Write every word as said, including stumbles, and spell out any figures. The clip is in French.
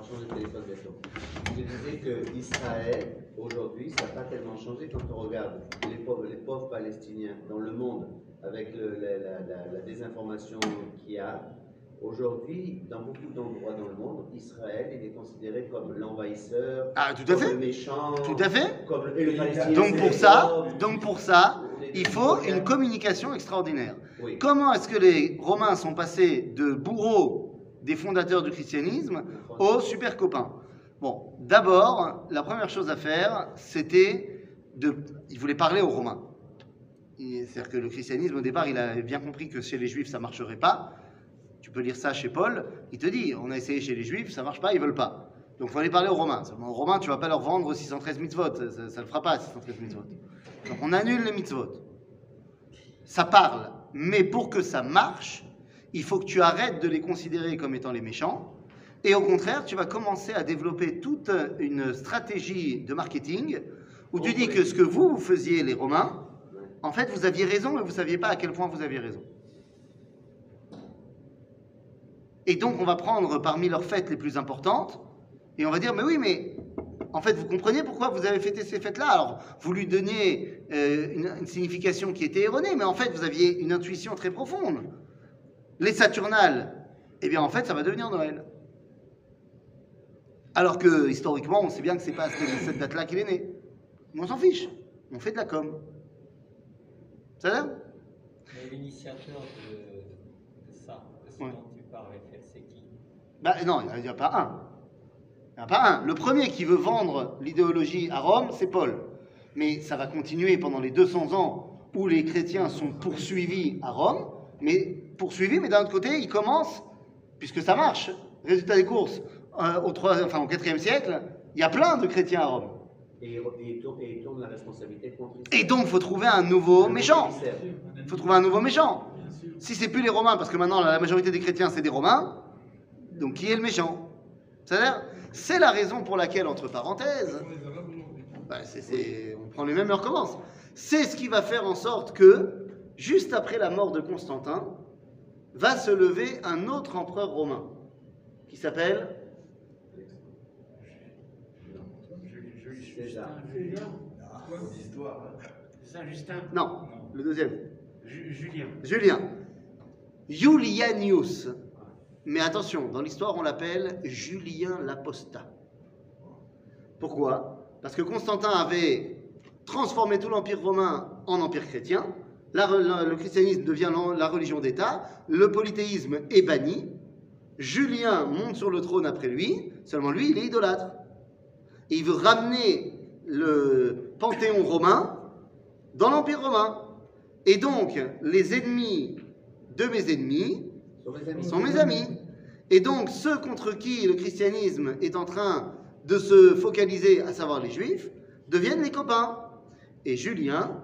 changer de téléphone bientôt. Je disais que Israël, aujourd'hui, ça n'a pas tellement changé quand on regarde les pauvres, les pauvres Palestiniens dans le monde, avec le, la, la, la, la désinformation qu'il y a. Aujourd'hui, dans beaucoup d'endroits dans le monde, Israël il est considéré comme l'envahisseur, ah, tout à comme fait. le méchant, tout à fait. Comme le, et le Palestinien. Donc pour ça, donc pour ça, il faut une communication extraordinaire. Oui. Comment est-ce que les Romains sont passés de bourreaux des fondateurs du christianisme aux super copains? Bon, d'abord, la première chose à faire, c'était de, ils voulaient parler aux Romains. C'est-à-dire que le christianisme, au départ, il a bien compris que chez les Juifs, ça ne marcherait pas. Tu peux lire ça chez Paul, il te dit, on a essayé chez les Juifs, ça ne marche pas, ils ne veulent pas. Donc il faut aller parler aux Romains. Seulement, aux Romains, tu ne vas pas leur vendre six cent treize mitzvot, ça ne le fera pas, six cent treize mitzvot. Donc on annule les mitzvot. Ça parle, mais pour que ça marche, il faut que tu arrêtes de les considérer comme étant les méchants, et au contraire, tu vas commencer à développer toute une stratégie de marketing, où tu dis que ce que vous, vous faisiez, les Romains, en fait, vous aviez raison, mais vous ne saviez pas à quel point vous aviez raison. Et donc, on va prendre parmi leurs fêtes les plus importantes, et on va dire, mais oui, mais en fait, vous comprenez pourquoi vous avez fêté ces fêtes-là? Alors, vous lui donniez euh, une, une signification qui était erronée, mais en fait, vous aviez une intuition très profonde. Les Saturnales, eh bien, en fait, ça va devenir Noël. Alors que, historiquement, on sait bien que c'est pas à cette date-là qu'il est né. Mais on s'en fiche. On fait de la com. Ça va? Mais l'initiateur de, de ça, de ce ouais. dont tu parles, c'est qui? Bah, non, il n'y a pas un. Il n'y en a pas un. Le premier qui veut vendre l'idéologie à Rome, c'est Paul. Mais ça va continuer pendant les deux cents ans où les chrétiens sont poursuivis à Rome. Mais poursuivis, mais d'un autre côté, ils commencent, puisque ça marche. Résultat des courses, euh, au, troisième, enfin, au quatrième siècle, il y a plein de chrétiens à Rome. Et il tourne, tourne la responsabilité contre Israël. Et donc, il faut trouver un nouveau méchant. Il faut trouver un nouveau méchant. Si c'est plus les Romains, parce que maintenant la majorité des chrétiens c'est des Romains, donc qui est le méchant? C'est-à-dire, c'est la raison pour laquelle, entre parenthèses, bah c'est, c'est, on prend les mêmes et on recommence. C'est ce qui va faire en sorte que, juste après la mort de Constantin, va se lever un autre empereur romain, qui s'appelle César. Saint-Justin. Non, le deuxième. Julien. Julien. Julianius. Mais attention, dans l'histoire, on l'appelle Julien l'Apostat. Pourquoi? Parce que Constantin avait transformé tout l'Empire romain en empire chrétien. La, la, le christianisme devient la religion d'État. Le polythéisme est banni. Julien monte sur le trône après lui. Seulement lui, il est idolâtre. Et il veut ramener le panthéon romain dans l'Empire romain. Et donc, les ennemis de mes ennemis sont mes amis. Et donc, ceux contre qui le christianisme est en train de se focaliser, à savoir les juifs, deviennent les copains. Et Julien